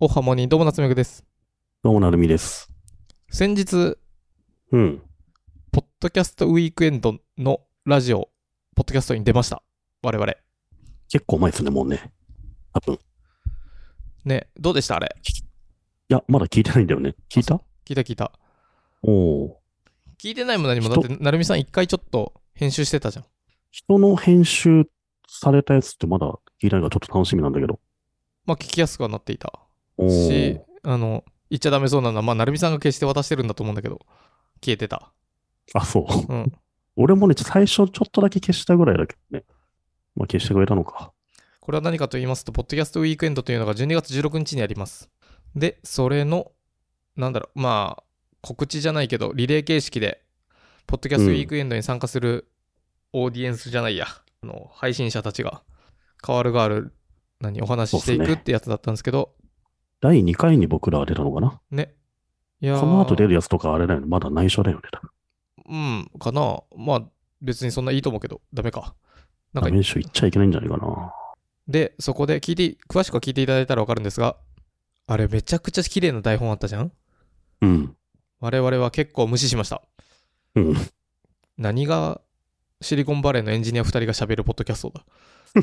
おはモニどうも夏目くです。 どうもなるみです。 先日、 うん。 ポッドキャストウィークエンドのラジオ、ポッドキャストに出ました。我々。 結構前ですね、もうね。多分。いね、どうでしたあれ？ や、まだ聞いてないんだよね。聞いた？ 聞いた聞いた。 おお聞いてないも何も、だっ人、 て、なるみさん一回ちょっと編集してたじゃん。 人の編集されたやつってまだ聞いてないからちょっと楽しみなんだけど。 まあ聞きやすくはなっていたおし、 お言っちゃダメそうなのは、まあなるみさんが消して渡してるんだと思うんだけど、消えてた。 あ、そう。 うん。 俺もね、最初ちょっとだけ消したぐらいだけどね。まあ消してくれたのか。 これは何かと言いますと、ポッドキャストウィークエンドというのが12月16日にあります。で、それの、まあ、告知じゃないけど、リレー形式で、ポッドキャストウィーうん。 クエンドに参加するオーディエンスじゃないや、配信者たちが、変わる変わる、お話ししていくっそうっすね。 てやつだったんですけど、 第2回に僕らは出たのかな。 ね。いやこの後出ー、 るやつとかあれだよね。まだ内緒だよね。多分かな。まあ、別にそんないいと思うけど、ダメか。なんか、 ダメージ言っちゃいけないんじゃないかな。 で、そこで詳しくは聞いていただいたらわかるんですが、あれめちゃくちゃ綺麗な台本あったじゃん。 うん。 我々は結構無視しました。 うん。 何がシリコンバレーのエンジニア2人が喋るポッドキャストだ。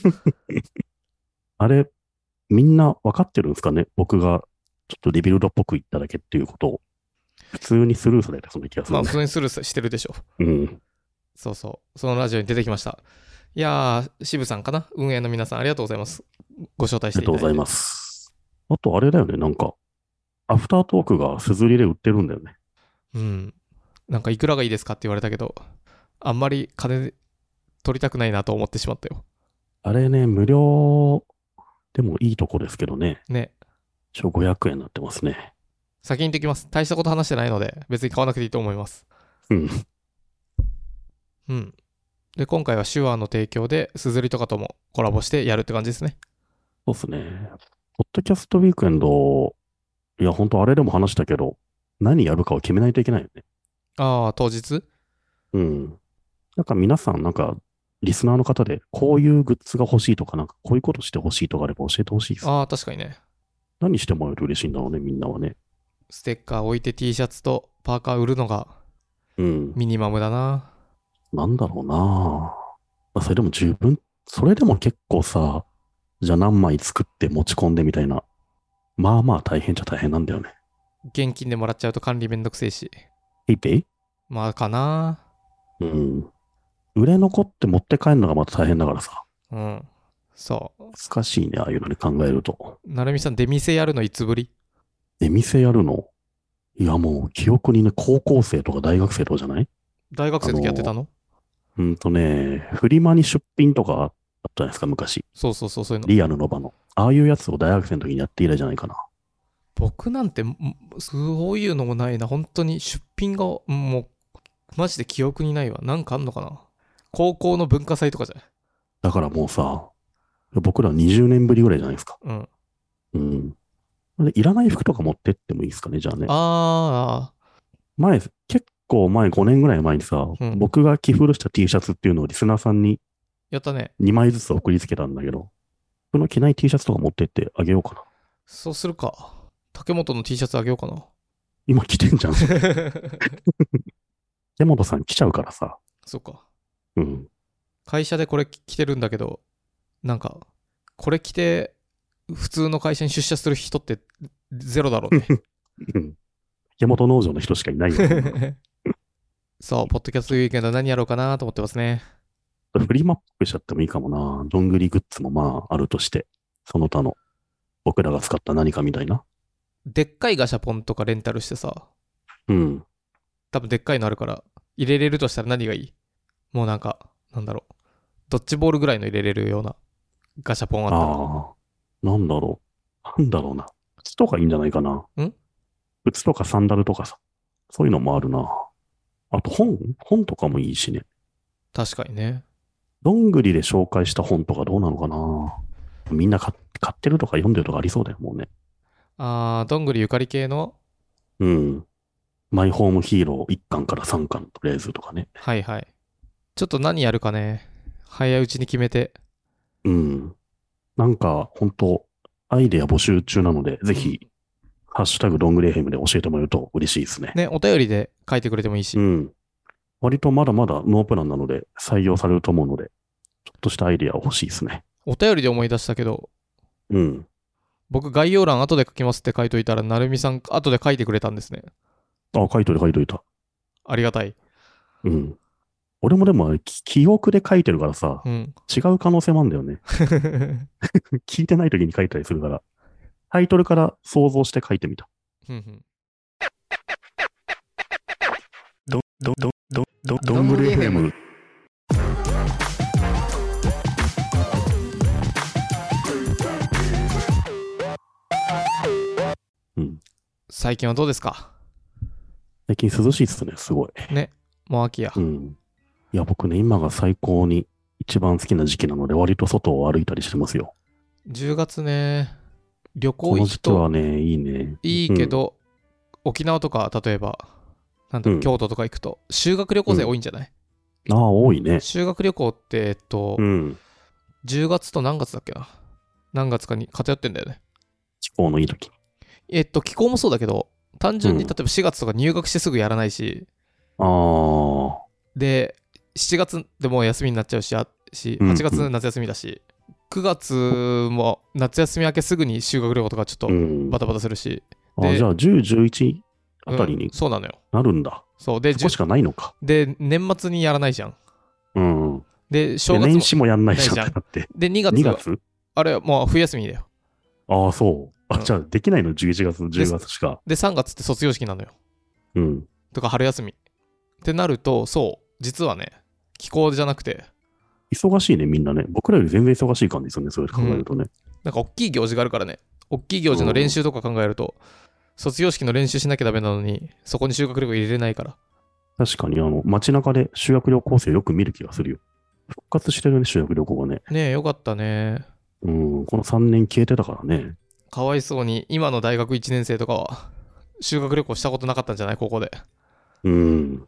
あれ、みんな分かってるんですかね？僕がちょっとリビルドっぽく言っただけっていうことを。普通にスルーされてそんな気がすまあ、 るね。 普通にスルーしてるでしょ。 うん。 そうそう。そのラジオに出てきました。いやー、渋さんかな、運営の皆さんありがとうございます。ご招待しありていただいて。 がとうございます。あとあれだよね、なんか、アフタートークがすずりで売ってるんだよね。 うん。なんかいくらがいいですかって言われたけど、あんまり金取りたくないなと思ってしまったよ。 あれね、無料でもいいとこですけどね。 ね。 一応500円になってますね。 先に言ってきます。大したこと話してないので、別に買わなくていいと思います。 うん。 うん。で、今回は手話の提供で、すずりとかともコラボしてやるって感じですね。 そうっすね。ポッドキャストウィークエンド、いや、本当あれでも話したけど、何やるかを決めないといけないよね。 ああ、当日。 うん。なんか皆さん、なんか、リスナーの方で、こういうグッズが欲しいとか、なんかこういうことして欲しいとかあれば教えてほしいですね。 ああ、確かにね。 何してもらえると嬉しいんだろうね、みんなはね。 ステッカー置いて T シャツとパーカー売るのがうん。 ミニマムだな。 なんだろうな。まあ、それでも十分、それでも結構さ、じゃあ何枚作って持ち込んでみたいな。まあまあ大変じゃ大変なんだよね。 現金でもらっちゃうと管理めんどくせえし。 ペイペイ。 まあかな。 うん。売れ残って持って帰るのがまた大変だからさ。 うん。そ難しいね、ああいうのに考えると。 う。なるみさん、出店やるのいつぶり？ で、店やるの？いやもう記憶にね、高校生とか大学生とかじゃない？あ大学生の時やってたの、 の？ フリマに出品とかあったじゃないですか、昔。 そうそうそう、そういうの。 リアルの場の。ああいうやつを大学生の時にやって以来じゃないかな。 僕なんて、そういうのもないな。本当に出品が、もう、マジで記憶にないわ。なんかあんのかな。高校の文化祭とかじゃない？ だからもうさ、僕ら20年ぶりぐらいじゃないですか。 うん。 うん。でいらない服とか持ってってもいいですかね、じゃあね。 あ結構前、5年ぐらい前にさ、 うん。 僕が着古した T シャツっていうのをリスナーさんにやったね。 2枚ずつ送りつけたんだけど、その着ない T シャツとか持ってってあげようかな。 そうするか。竹本の T シャツあげようかな。 今着てんじゃん、それ。山本さん来ちゃうからさ。 そうか。 うん。 会社でこれ着てるんだけど、なんか、これ着て、普通の会社に出社する人ってゼロだろうね。 うん。山本農場の人しかいないよ、そんなの。 そう、ポッドキャストウィークエンド何やろうかなと思ってますね。 フリーマップしちゃってもいいかもな。どんぐりグッズもまああるとして、その他の僕らが使った何かみたいな。 でっかいガシャポンとかレンタルしてさ、 うん。 多分でっかいのあるから、入れれるとしたら何がいい？もうなんか、なんだろう。ドッジボールぐらいの入れれるようなガシャポンあったら。 ああ、なんだろう。なんだろうな。靴とかいいんじゃないかな。 ん靴とかサンダルとかさ。そういうのもあるな。あと本とかもいいしね。 確かにね。 どんぐりで紹介した本とかどうなのかな。みんな買ってるとか読んでるとかありそうだよ、もうね。 どんぐりゆかり系の、 うん。マイホームヒーロー1巻から3巻とりあえずとかね。 はいはい。ちょっと何やるかね。早いうちに決めて。 うん。なんか、本当アイデア募集中なので、ぜひ、ハッシュタグどんぐり FM で教えてもらえると嬉しいですね。 ね、お便りで書いてくれてもいいし。 うん。割とまだまだノープランなので採用されると思うので、ちょっとしたアイデア欲しいですね。 お便りで思い出したけど、 うん。 僕概要欄後で書きますって書いといたら、なるみさん後で書いてくれたんですね。 あ、書いといた。 ありがたい。 うん。俺もでも記憶で書いてるからさ、 うん。 違う可能性もあるんだよね。聞いてない時に書いたりするから、タイトルから想像して書いてみた。 ふんふん。 どんぐり FM。うん。 最近はどうですか？ 最近涼しいっすね、すごい。 ね。もう秋や。 うん。いや、僕ね、今が最高に一番好きな時期なので、割と外を歩いたりしてますよ。 10月ね。旅この時期行行くとはね、いいね。 いいけど、沖縄とか、例えば、なんだろう、 うん。 京都とか行くと、修学旅行生多いんじゃない？ ああ、多いね。 修学旅行って、 うん。 10月と何月だっけな。何月かに偏ってんだよね。 気候のいい時。 気候もそうだけど、単純にうん例えば4月とか入学してすぐやらないし、 ああ。 で、7月でもう休みになっちゃうし、 うん 8月夏休みだし、9月も夏休み明けすぐに修学旅行とかちょっとうんバタバタするし、 あ、じゃあ10、11あたりにそうなのよ。 なるんだ。 そうで、 そこしかないのか。 で、年末にやらないじゃん。 うん。 で、正で、 月も年始もやんないじゃんないじゃん。 ってなって。 で、2 2 月、 月あれはもう冬休みだよ。 ああ、そう。あ、 うんじゃあできないの ?11 月、10月しか。 で、3月って卒業式なのよ。 うん。 とか春休み。ってなると、そう、実はね、気候じゃなくて、 忙しいね、みんなね。僕らより全然忙しい感じですよね、そういう考えるとね。 なんか大きい行事があるからね、大きい行事の練習とか考えると、卒業式の練習しなきゃダメなのに、そこに修学旅行入れれないから。 確かに、街中で修学旅行生よく見る気がするよ。復活してるね、修学旅行がね。 ねえ、よかったね。 うん、この3年消えてたからね。 かわいそうに、今の大学1年生とかは、修学旅行したことなかったんじゃないここで。 うん、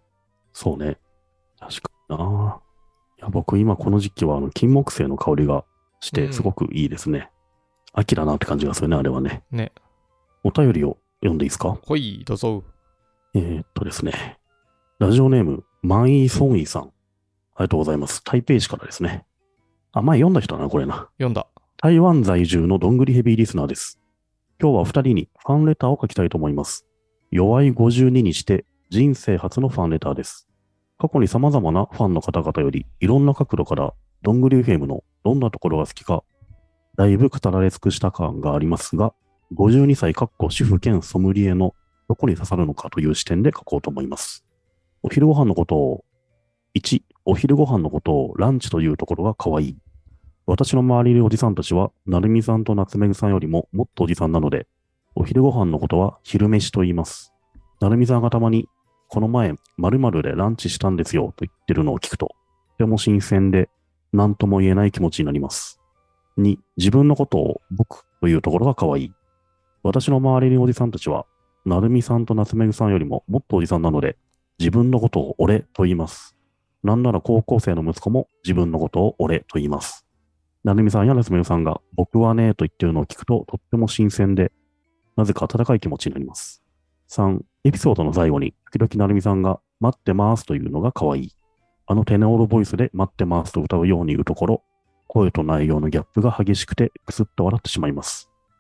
そうね。確かにな。いや、僕今この時期は金木犀の香りがしてすごくいいですね。秋だなって感じがするね、あれはね。 ね。 お便りを読んでいいですか？ ほい、どうぞ。 ですね。ラジオネーム、マンイーソンイーさん。ありがとうございます。台北市からですね。あ、前読んだ人だな、これな。 読んだ。 台湾在住のどんぐりヘビーリスナーです。今日はお二人にファンレターを書きたいと思います。弱い52にして人生初のファンレターです。過去に様々なファンの方々よりいろんな角度からどんぐり FM のどんなところが好きか、だいぶ語られ尽くした感がありますが、52歳主婦兼ソムリエのどこに刺さるのかという視点で書こうと思います。お昼ご飯のことを、1、お昼ご飯のことをランチというところが可愛い。私の周りにいるおじさんたちは、なるみさんと夏めぐさんよりももっとおじさんなので、お昼ご飯のことは昼飯と言います。なるみさんがたまに、この前、〇〇でランチしたんですよと言ってるのを聞くと、とても新鮮で、何とも言えない気持ちになります。2、自分のことを僕というところが可愛い。私の周りにいるおじさんたちは、なるみさんと夏めぐさんよりももっとおじさんなので、自分のことを俺と言います。なんなら高校生の息子も自分のことを俺と言います。なるみさんや夏めぐさんが僕はねと言ってるのを聞くととっても新鮮で、なぜか温かい気持ちになります。3、エピソードの最後に時々なるみさんが待ってますというのが可愛い。あのテネオールボイスで待ってますと歌うように言うところ、声と内容のギャップが激しくてくすっと笑ってしまいます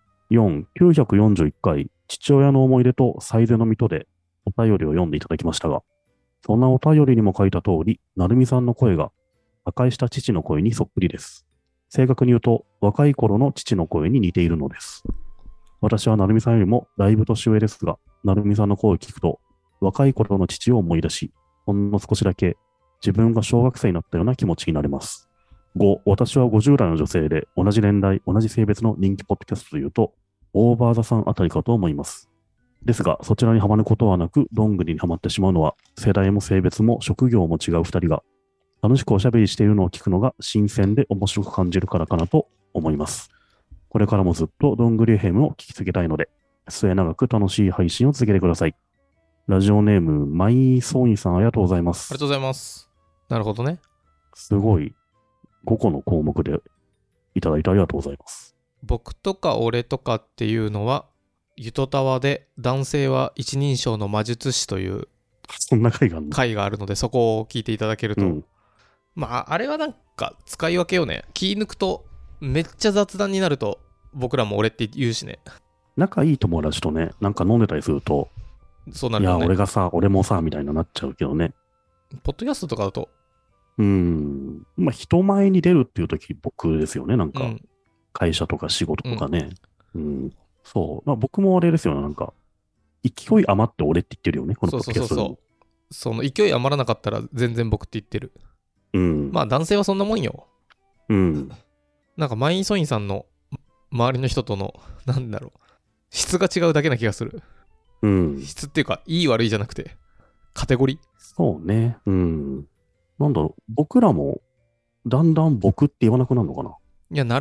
。4、941回父親の思い出と最善の水戸でお便りを読んでいただきましたが、そんなお便りにも書いた通り、なるみさんの声が破壊した父の声にそっくりです。正確に言うと、若い頃の父の声に似ているのです。私はなるみさんよりもだいぶ年上ですが、なるみさんの声を聞くと、若い頃の父を思い出し、ほんの少しだけ自分が小学生になったような気持ちになれます。5、私は50代の女性で同じ年代、同じ性別の人気ポッドキャストというと、オーバーザさんあたりかと思います。ですが、そちらにはまることはなく、どんぐりにはまってしまうのは、世代も性別も職業も違う二人が、楽しくおしゃべりしているのを聞くのが新鮮で面白く感じるからかなと思います。これからもずっとどんぐりヘムを聞き続けたいので、末永く楽しい配信を続けてください。ラジオネーム、マイソーニさんありがとうございます。 ありがとうございます。なるほどね。 すごい、5個の項目でいただいてありがとうございます。 僕とか俺とかっていうのはゆとたわで男性は一人称の魔術師というそんな回があるの？ 回があるので、そこを聞いていただけると、まああれはなんか使い分けよね。気抜くとめっちゃ雑談になると僕らも俺って言うしね。 仲いい友達とね、なんか飲んでたりすると、いや、 そうなるよね。 俺がさ、俺もさ、みたいになっちゃうけどね。 ポッドキャストとかだと、 まあ、人前に出るっていう時僕ですよね。なんか、 うん会社とか仕事とかね。そう。まあ、僕もあれですよね。なんか、勢い余って俺って言ってるよね。このポッドキャストでも。 その勢い余らなかったら全然僕って言ってる。まあ男性はそんなもんよ。なんかマインソインさんの周りの人とのなんだろう、質が違うだけな気がする。質っていうかいい悪いじゃなくてカテゴリー。 そうね。なんだろう、僕らもだんだん僕って言わなくなるのかな。 いや、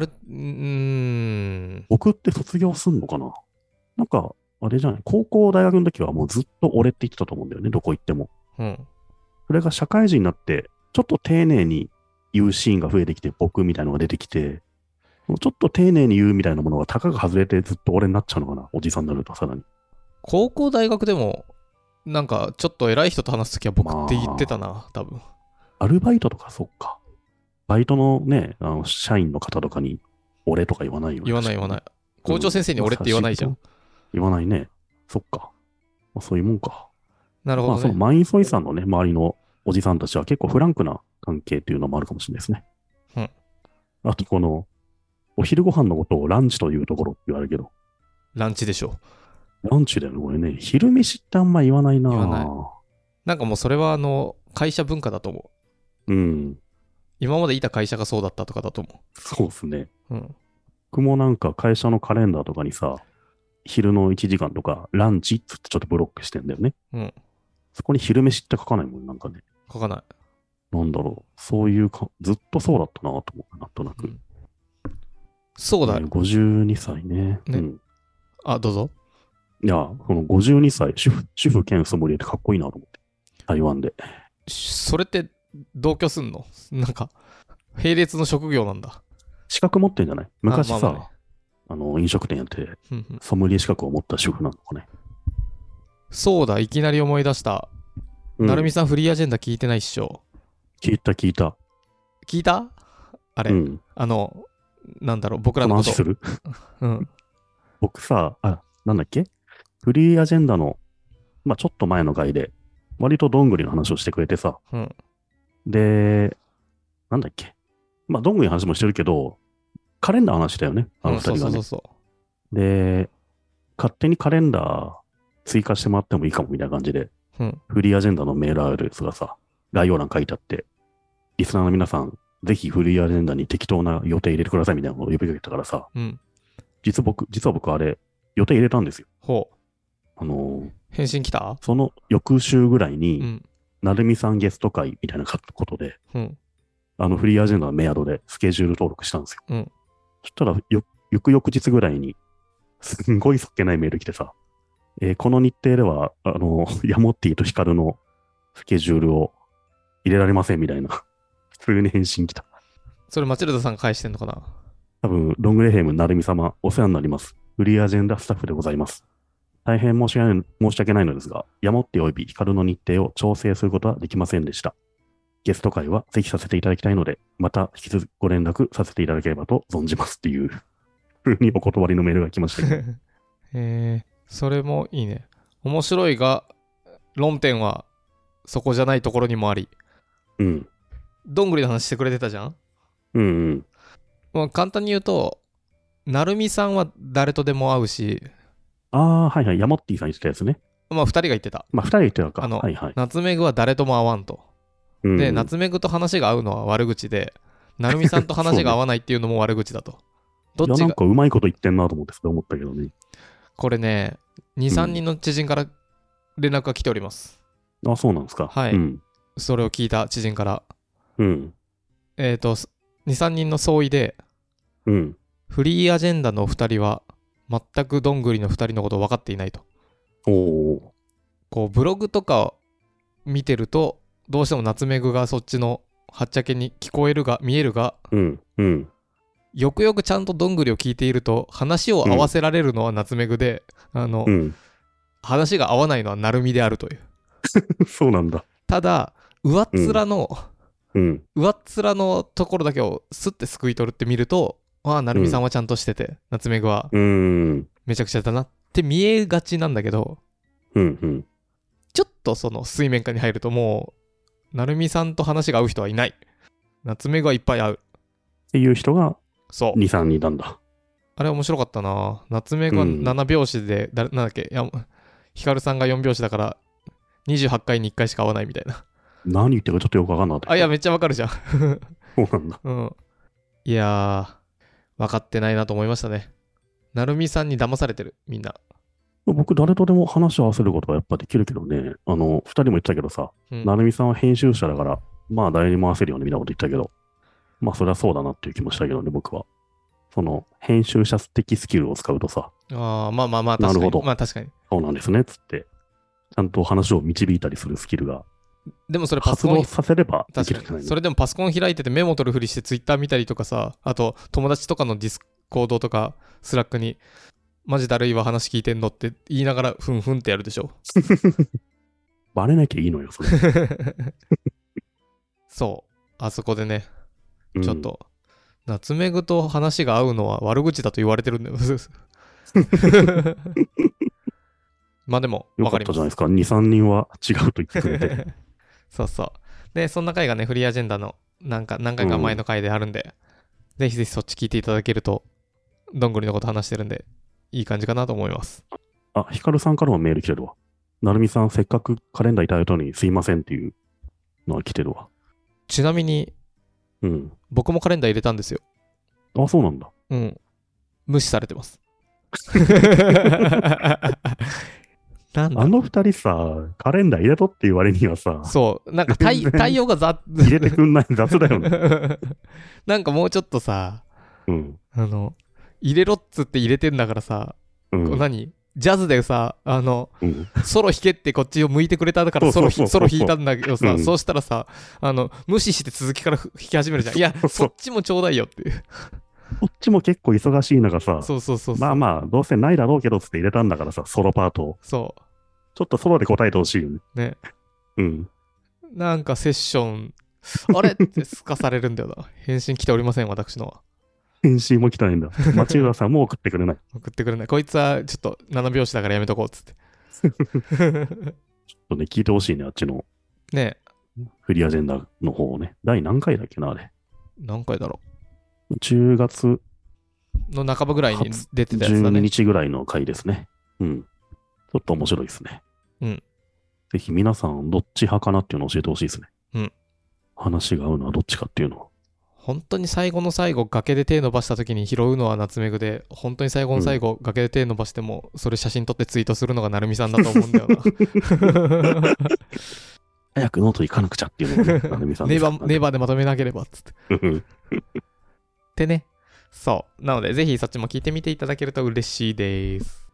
僕って卒業すんのかな。なんか、あれじゃない、高校、大学の時はもうずっと俺って言ってたと思うんだよね、どこ行っても。それが社会人になって、ちょっと丁寧に言うシーンが増えてきて、僕みたいなのが出てきて、ちょっと丁寧に言うみたいなものがたかが外れてずっと俺になっちゃうのかな、おじさんになるとさらに。 高校、大学でも、なんかちょっと偉い人と話すときは僕って言ってたな、多分。 アルバイトとかそっか。バイトのね、社員の方とかに、俺とか言わないよね。 言わない。校長先生に俺って言わないじゃん。 言わないね。そっか。まあ、そういうもんか。 なるほどね。 まあ、そのマインソイさんのね、周りのおじさんたちは結構フランクな関係っていうのもあるかもしれないですね。あと、この、お昼ご飯のことをランチというところって言われるけど。 ランチでしょ。 ランチだよね、これね。昼飯ってあんま言わないな。 言わない。なんかもうそれは会社文化だと思う。 今までいた会社がそうだったとかだと思う。 そうですね。僕もなんか会社のカレンダーとかにさ、昼の1時間とかランチっつってちょっとブロックしてんだよね。そこに昼飯って書かないもん、なんかね。 書かない。 なんだろう。そういうずっとそうだったなと思う。なんとなく。 そうだ。 52歳ね。 あ、どうぞ。 いや、この52歳、主婦兼ソムリエってかっこいいなと思って。台湾で。 それって同居すんの？なんか、並列の職業なんだ。 資格持ってんじゃない？昔さ、飲食店やって、ソムリエ資格を持った主婦なのかね。 そうだ、いきなり思い出した。なるみさんフリーアジェンダ聞いてないっしょ。 聞いた。 聞いた？あれ、なんだろう、僕らのこと。 話する僕さ、なんだっけ？フリーアジェンダの、まあちょっと前の回で、割とどんぐりの話をしてくれてさ。で、なんだっけ？まあどんぐりの話もしてるけど、カレンダーの話だよね、あの二人がね。で、勝手にカレンダー追加してもらってもいいかもみたいな感じで、フリーアジェンダのメールアドレスがさ、概要欄書いてあって、リスナーの皆さん、ぜひフリーアジェンダに適当な予定入れてくださいみたいなことを呼びかけたからさ、実は僕あれ、予定入れたんですよ。 返信来た？ その翌週ぐらいに、なるみさんゲスト会みたいなことで、フリーアジェンダのメアドでスケジュール登録したんですよ。そしたら、翌々日ぐらいに、すんごいそっけないメール来てさ、この日程では、ヤモッティとヒカルのスケジュールを入れられませんみたいな、普通に返信来た。 それ、マチルダさんが返してんのかな？ 多分、ロングレヘムなるみ様、お世話になります。フリーアジェンダスタッフでございます。大変申し訳ないのですが、ヤモッティ及びヒカルの日程を調整することはできませんでした。ゲスト会はぜひさせていただきたいので、また引き続きご連絡させていただければと存じますっていう風にお断りのメールが来ましたけど。 それもいいね。面白いが、論点はそこじゃないところにもあり。どんぐりの話してくれてたじゃん？まあ、簡単に言うと、なるみさんは誰とでも会うし。 はいはい。ヤモッティさん言ってたやつね。 まあ、2人が言ってた。 まあ、2人が言ってたか。はいはい。 ナツメグは誰とも会わんと。で、ナツメグと話が合うのは悪口で、なるみさんと話が合わないっていうのも悪口だと。 どっちが。いや、なんかうまいこと言ってんなと思って思ったけどね。 これね、2、3人の知人から連絡が来ております。 そうなんですか。 はい。それを聞いた知人から。2、3人の相違で、フリーアジェンダの2人は、全くどんぐりの2人のことを分かっていないと。こう、ブログとか見てると、どうしてもナツメグがそっちのはっちゃけに聞こえるが見えるが、 よくよくちゃんとどんぐりを聞いていると、話を合わせられるのは夏目ぐで、話が合わないのはなるみであるという。 そうなんだ。 ただ、上っ面のところだけをスッてすくい取るって見ると、なるみさんはちゃんとしてて、夏目ぐはめちゃくちゃだなって見えがちなんだけど、ちょっとその水面下に入るともう、なるみさんと話が合う人はいない。夏目ぐはいっぱい合う。 っていう人が 2、 3人いたんだ。 あれ面白かったな。夏目が7拍子で、なんだっけ、ヒカルさんが4拍子だから28回に1回しか会わないみたいな。 何言ってるかちょっとよくわかんなかった。 いや、めっちゃわかるじゃん。 そうなんだ。 いやー、分かってないなと思いましたね。なるみさんに騙されてる、みんな。 僕、誰とでも話を合わせることはやっぱできるけどね。2人も言ってたけどさ、なるみさんは編集者だから、誰にも合わせるよねみたいなこと言ったけど、それはそうだなっていう気もしたけどね、僕は。その、編集者的スキルを使うとさ。 確かに。 なるほど。 確かに。 そうなんですね、つって。ちゃんと話を導いたりするスキルが。 でもそれパソコン発動させればできるんじゃないの？ それでもパソコン開いててメモ取るふりしてツイッター見たりとかさ、あと友達とかのディスコードとかスラックにマジだるいわ話聞いてんのって言いながらふんふんってやるでしょ。 バレなきゃいいのよ、それ。 そう。あそこでね、ちょっと、夏目ぐと話が合うのは悪口だと言われてるんだよ。でも、 よかったじゃないですか。2、3人は違うと言ってくれて。 そうそう。で、そんな回がね、フリーアジェンダの何回か前の回であるんで、ぜひぜひそっち聞いていただけると、どんぐりのこと話してるんで、いい感じかなと思います。 ヒカルさんからもメール来てるわ。なるみさん、せっかくカレンダーいただいたのにすいませんっていうのが来てるわ。 ちなみに、僕もカレンダー入れたんですよ。 そうなんだ。 無視されてます。 あの二人さ、カレンダー入れとって言われにはさ、 そう、なんか対応が入れてくんない雑だよね。 なんかもうちょっとさ、入れろっつって入れてんだからさ、ジャズでさ、ソロ弾けってこっちを向いてくれたからソロ弾いたんだけどさ、そうしたらさ、無視して続きから弾き始めるじゃん。いや、そっちもちょうだいよっていう。 こっちも結構忙しい中さ、 そう。 どうせないだろうけどつって入れたんだからさ、ソロパートを。 そう。 ちょっとソロで答えてほしいよね。 ね。なんかセッション、あれってすかされるんだよな。返信来ておりません、私のは。 返信も来たないんだ。町浦さんも送ってくれない。 送ってくれない。こいつはちょっと7拍子だからやめとこうっつって。 ちょっとね、聞いてほしいね、あっちの。 ねフリーアジェンダの方をね。第何回だっけな、あれ。 何回だろう。10月の半ばぐらいに出てたやつだね。 12日ぐらいの回ですね。ちょっと面白いですね。ぜひ皆さんどっち派かなっていうのを教えてほしいですね。話が合うのはどっちかっていうのを。 本当に最後の最後、崖で手伸ばした時に拾うのは夏目ぐで、本当に最後の最後、崖で手伸ばしても、それ写真撮ってツイートするのが成美さんだと思うんだよな。 早くノート行かなくちゃっていうのが、ね、成美さんですからね。 ネバーでまとめなければっつって。ってね。そう。なので、ぜひそっちも聞いてみていただけると嬉しいです。